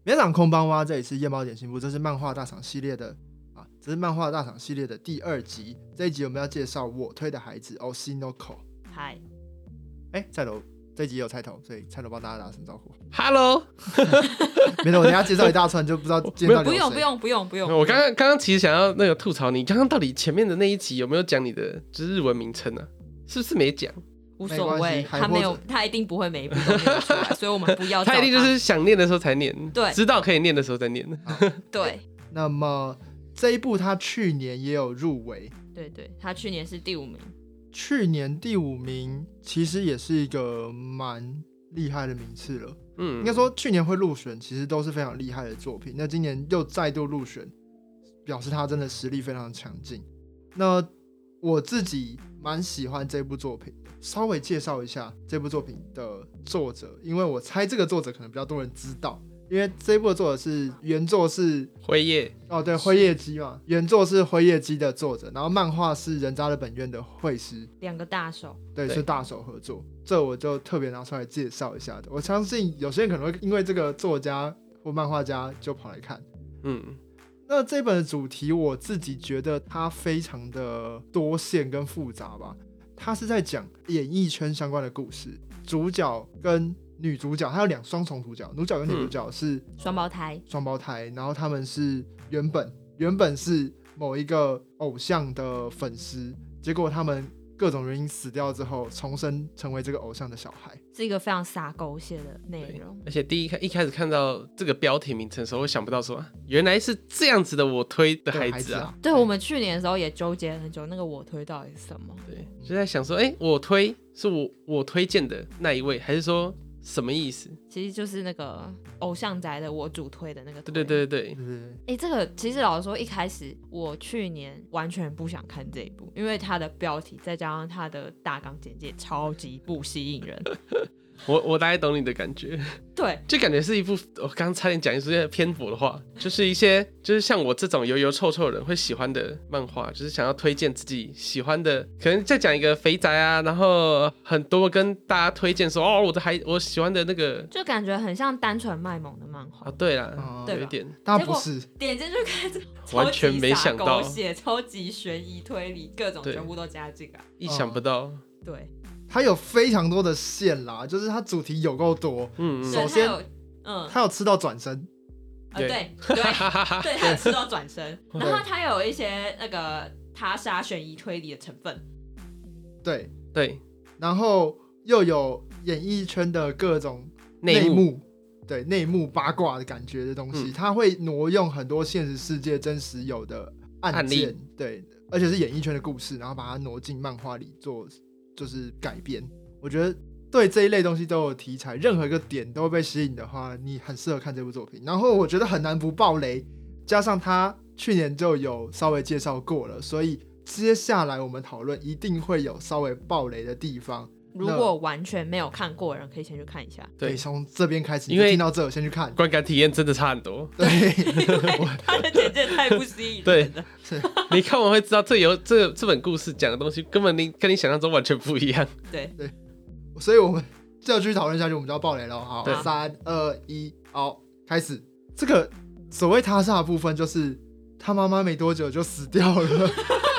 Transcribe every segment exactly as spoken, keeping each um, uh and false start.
皆さんこんばんは，这里是夜猫点心部，这是漫画大赏系列的啊，这是漫画大赏系列的第二集。这一集我们要介绍我推的孩子 Oshinoko。 嗨， 哎，菜头，这一集有菜头，所以菜头帮大家打声招呼。 Hello， 没得我等一下介绍一大串就不知道介绍。 不用不用不用不用。 我刚刚刚刚其实想要那个吐槽你，刚刚到底前面的那一集有没有讲你的就是日文名称啊？是不是没讲？ 无所谓，他没有，他一定不会每一部都念得出来，所以我们不要找他。 他一定就是想念的时候才念， 对， 知道可以念的时候再念。 对。 那么这一部他去年也有入围， 对对，他去年是第五名。 去年第五名其实也是一个蛮厉害的名次了。嗯，应该说去年会入选，其实都是非常厉害的作品。那今年又再度入选，表示他真的实力非常强劲。那我自己蛮喜欢这部作品的，稍微介绍一下这部作品的作者，因为我猜这个作者可能比较多人知道，因为这一部的作者是原作是辉夜哦，对，辉夜姬嘛，原作是辉夜姬的作者，然后漫画是人渣的本愿的绘师，两个大手， 对，是大手合作，这我就特别拿出来介绍一下的。我相信有些人可能会因为这个作家或漫画家就跑来看，嗯。那这本的主题我自己觉得它非常的多线跟复杂吧，它是在讲演艺圈相关的故事，主角跟女主角，它有两双重主角，主角跟女主角是双胞胎， 双胞胎，然后他们是原本原本是某一个偶像的粉丝，结果他们各种原因死掉之后，重生成为这个偶像的小孩， 是一个非常洒狗血的内容。 而且第一一开始看到这个标题名称的时候，我想不到说原来是这样子的我推的孩子啊！ 对，我们去年的时候也纠结很久，那个我推到底是什么？ 对，就在想说，哎、欸，我推是我我推荐的那一位，还是说什么意思？ 其实就是那个偶像宅的我主推的那个推。 对对对对对。 哎、欸，这个其实老实说，一开始我去年完全不想看这一部，因为它的标题再加上它的大纲简介超级不吸引人。 我我大概懂你的感觉， 对， 就感觉是一部我刚刚差点讲一些偏颇的话，就是一些就是像我这种油油臭臭的人会喜欢的漫画，就是想要推荐自己喜欢的，可能再讲一个肥宅啊，然后很多跟大家推荐说哦我的孩我喜欢的那个， 就感觉很像单纯卖萌的漫画啊。对啦， 嗯、 有一点， 但不是点进去看， 完全没想到， 超级狗血、超级悬疑推理，各种全部都加进来， 意想不到。 嗯、对。 它有非常多的线啦，就是它主题有够多。嗯，首先，嗯，它有吃到转身， 呃，对对对，它有吃到转身，然后它有一些那个他杀悬疑推理的成分。 对对， 然后又有演艺圈的各种内幕，对内幕八卦的感觉的东西，它、嗯、会挪用很多现实世界真实有的案件，对，而且是演艺圈的故事，然后把它挪进漫画里做。就是改编，我觉得对这一类东西都有题材，任何一个点都会被吸引的话，你很适合看这部作品。然后我觉得很难不爆雷，加上他去年就有稍微介绍过了，所以接下来我们讨论一定会有稍微爆雷的地方。 如果完全没有看过的人，可以先去看一下。 对，从这边开始，因为听到这，先去看， 观感体验真的差很多。 对， 他的简介太不吸引人了。 对，你看完会知道这有这这本故事讲的东西，根本你跟你想象中完全不一样。 对对，所以我们就要继续讨论下去，我们就要爆雷了。好，三二一，好，开始。这个所谓他杀的部分，就是他妈妈没多久就死掉了。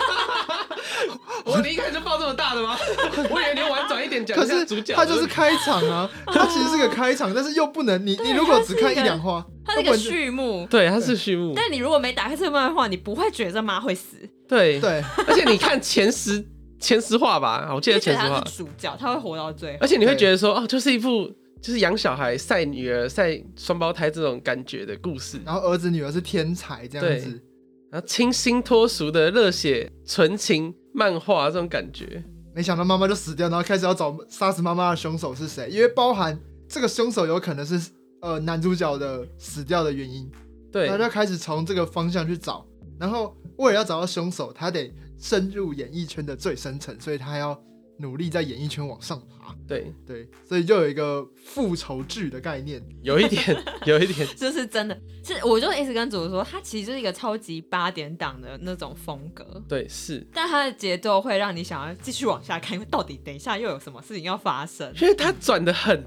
我一开始就爆这么大的吗？我以为你婉转一点讲一下主角。 可是他就是开场啊，他其实是个开场，但是又不能你你如果只看一两话， 它是一个序幕， 对，它是序幕。 但你如果没打开这个漫画，你不会觉得这妈会死。 对对， 而且你看前十前十话吧，我记得前十话， 他是主角，他会活到最后。 而且你会觉得说，哦，就是一部就是养小孩、晒女儿、晒双胞胎这种感觉的故事。 然后儿子女儿是天才这样子， 然后清新脱俗的热血纯情。漫画这种感觉， 没想到妈妈就死掉，然后开始要找杀死妈妈的凶手是谁，因为包含这个凶手有可能是呃男主角的死掉的原因， 对， 然后就开始从这个方向去找，然后为了要找到凶手，他得深入演艺圈的最深层，所以他要努力在演艺圈往上爬。 对对，所以就有一个复仇剧的概念， 有一点，有一点， 就是真的，是我就一直跟主持说，它其实就是一个超级八点档的那种风格。 对，是， 但它的节奏会让你想要继续往下看，因为到底等一下又有什么事情要发生， 因为它转得很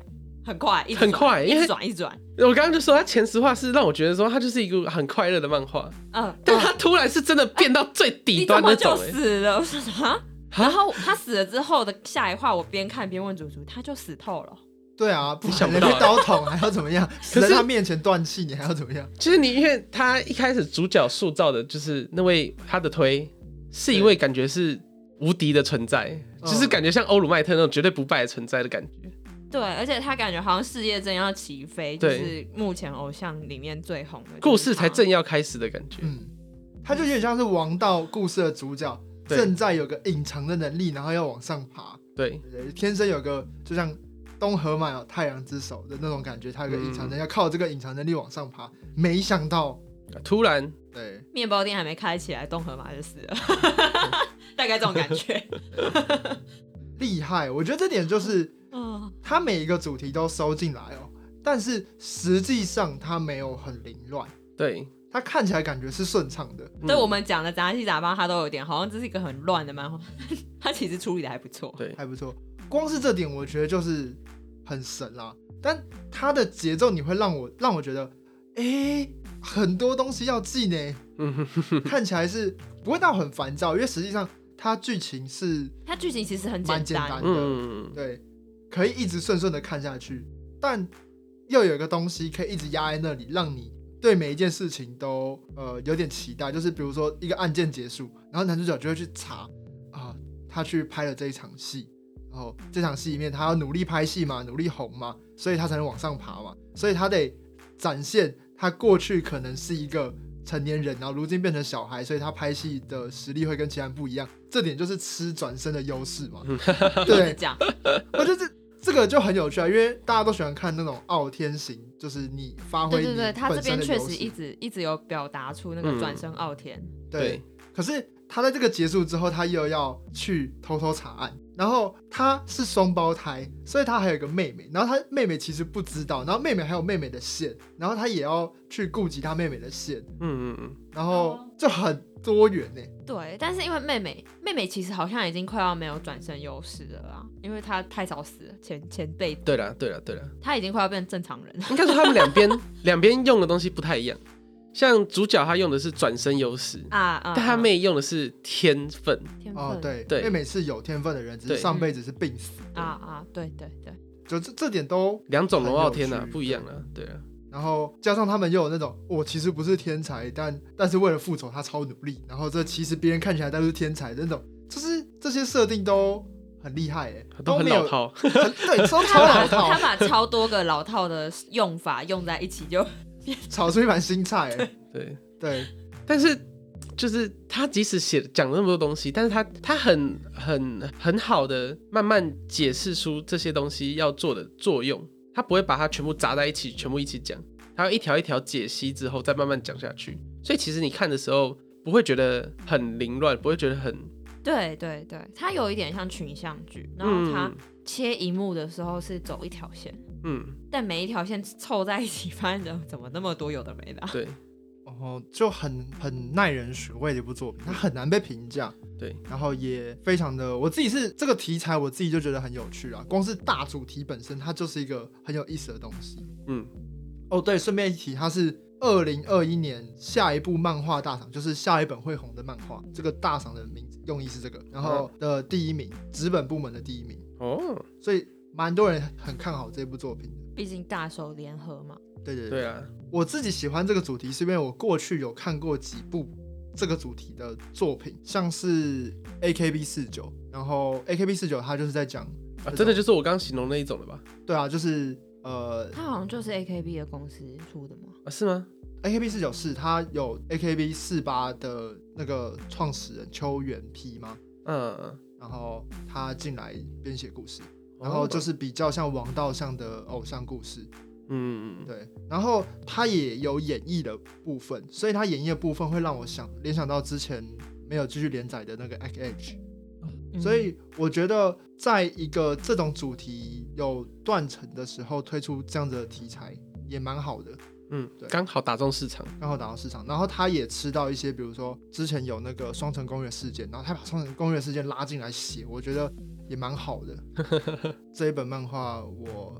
很快，一直很快， 一直转，一直转。 我刚刚就说他前十话是让我觉得说他就是一个很快乐的漫画，嗯，但他突然是真的变到最底端那种、欸， 你怎么就死了？我说啊，然后他死了之后的下一话，我边看边问主厨，他就死透了。 对啊，不想被刀捅还要怎么样？死在他面前断气，你还要怎么样？ 就是你，因为他一开始主角塑造的就是那位他的推是一位感觉是无敌的存在，就是感觉像欧鲁麦特那种绝对不败的存在的感觉。 对，而且他感觉好像事业正要起飞，就是目前偶像里面最红的， 故事才正要开始的感觉。 嗯，他就有点像是王道故事的主角，正在有个隐藏的能力，然后要往上爬。 对， 对对，天生有个就像东河马有太阳之手的那种感觉，他有个隐藏能力，要靠这个隐藏能力往上爬。没想到突然， 对， 面包店还没开起来，东河马就死了，大概这种感觉。 厉害，我觉得这点就是。嗯，他每一个主题都收进来哦，但是实际上他没有很凌乱， 对， 他看起来感觉是顺畅的。 对、嗯、我们讲的杂七杂八，他都有点好像这是一个很乱的漫画，他其实处理的还不错， 对， 还不错。光是这点我觉得就是很神啦，但他的节奏你会让我让我觉得，哎、欸，很多东西要记呢，看起来是不会到很烦躁，因为实际上它剧情是， 它剧情其实很蛮简单的，嗯、对。可以一直顺顺的看下去，但又有一个东西可以一直压在那里，让你对每一件事情都呃有点期待。就是比如说一个案件结束，然后男主角就会去查啊、呃，他去拍了这一场戏，然后这场戏里面他要努力拍戏嘛，努力红嘛，所以他才能往上爬嘛，所以他得展现他过去可能是一个成年人，然后如今变成小孩，所以他拍戏的实力会跟其他人不一样。这点就是吃转身的优势嘛。对，我觉得这。这个就很有趣啊，因为大家都喜欢看那种傲天型，就是你发挥你本身的优势。对对对，他这边确实一直一直有表达出那个转身傲天、嗯。对，可是他在这个结束之后，他又要去偷偷查案，然后他是双胞胎，所以他还有一个妹妹，然后他妹妹其实不知道，然后妹妹还有妹妹的线，然后他也要去顾及他妹妹的线。嗯嗯嗯，然后就很多元呢、欸。 对，但是因为妹妹妹妹其实好像已经快要没有转身优势了啊，因为她太早死了，前前辈子。 对了对了对了， 她已经快要变正常人了。 应该说他们两边两边用的东西不太一样，像主角他用的是转身优势啊啊，但他妹用的是天分。 天分哦，对对， 妹妹是有天分的人，只是上辈子是病死。 啊啊，对对对， 就这这点都两种龙傲天啊，不一样啊，对啊。 然后加上他们又有那种我、哦、其实不是天才，但但是为了复仇他超努力，然后这其实别人看起来都是天才的那种，就是这些设定都很厉害哎， 都很老套， 对，都超老套。 他把超多个老套的用法用在一起，就炒出一盘新菜哎。 对对， 但是就是他即使写讲那么多东西，但是他他很很很好的慢慢解释出这些东西要做的作用。他不会把它全部砸在一起，全部一起讲，他会一条一条解析之后再慢慢讲下去。所以其实你看的时候不会觉得很凌乱，不会觉得很…… 对对对，它有一点像群像剧，然后它切一幕的时候是走一条线，嗯，但每一条线凑在一起，发现怎么那么多有的没的、啊？ 对， 哦，就很很耐人寻味的一部作品，它很难被评价。 对， 然后也非常的，我自己是这个题材，我自己就觉得很有趣啊。光是大主题本身，它就是一个很有意思的东西。嗯，哦，对，顺便一提，它是二零二一年下一部漫画大赏，就是下一本会红的漫画，这个大赏的名字用意是这个，然后的第一名，纸本部门的第一名。哦，所以蛮多人很看好这部作品的， 毕竟大手联合嘛。 对对对, 对啊， 我自己喜欢这个主题，是因为我过去有看过几部这个主题的作品，像是 A K B 四十九，然后 A K B 四十九 它就是在讲、 啊，真的就是我刚刚形容那一种的吧？ 对啊，就是呃， 它好像就是 A K B 的公司出的吗？ 啊，是吗 ？A K B 四十九 是它有 A K B 四十八 的那个创始人秋元 P 吗？嗯嗯，然后他进来编写故事，然后就是比较像王道向的偶像故事。嗯，对，然后他也有演绎的部分，所以他演绎的部分会让我想联想到之前没有继续连载的那个 X H，、嗯、所以我觉得在一个这种主题有断层的时候推出这样子的题材也蛮好的。 嗯，对，刚好打中市场， 刚好打中市场，然后他也吃到一些，比如说之前有那个双城公园事件，然后他把双城公园事件拉进来写，我觉得也蛮好的。这一本漫画我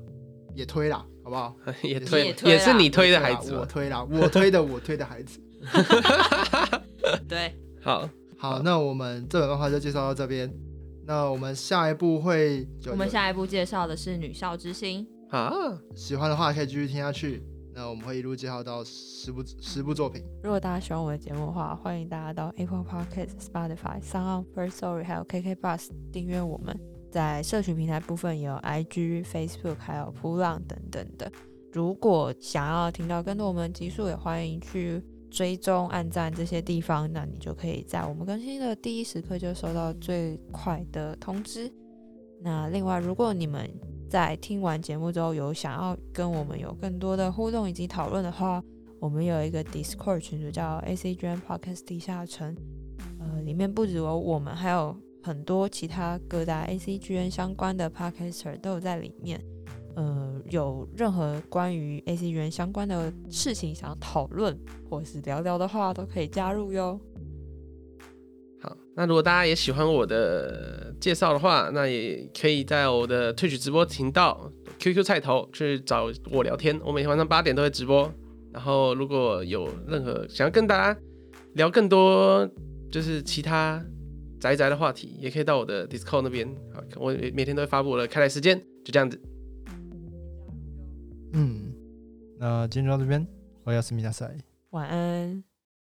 也推啦，好不好？ 也推，也, 也是你推的孩子， 我推啦，我推的，我推的孩子。 对， 好， 好，那我们这本漫画就介绍到这边。那我们下一部会， 我们下一部介绍的是《女校之星》啊， 喜欢的话可以继续听下去。那我们会一路介绍到十部十部作品。 如果大家喜欢我的节目的话，欢迎大家到 Apple Podcast、Spotify、SoundOn、Firstory 还有 K K Bus 订阅我们。在社群平台部分有 I G、Facebook 还有噗浪等等的。如果想要听到更多我们的集数，也欢迎去追踪、按赞这些地方，那你就可以在我们更新的第一时刻就收到最快的通知。那另外，如果你们在听完节目之后有想要跟我们有更多的互动以及讨论的话，我们有一个 Discord 群组叫 A C G N Podcast 地下城，呃，里面不只有我们，还有很多其他各大 A C G N 相关的 Podcaster 都有在里面。呃，有任何关于 A C G N 相关的事情想要讨论或是聊聊的话，都可以加入哟。 好，那如果大家也喜欢我的介绍的话，那也可以在我的Twitch直播频道 Q Q 菜头去找我聊天，我每天晚上八点都会直播。然后如果有任何想要跟大家聊更多就是其他宅宅的话题，也可以到我的 Discord 那边，我每天都会发布我的开台时间，就这样子。 嗯，那今天就到这边，我要思密达赛， 晚安。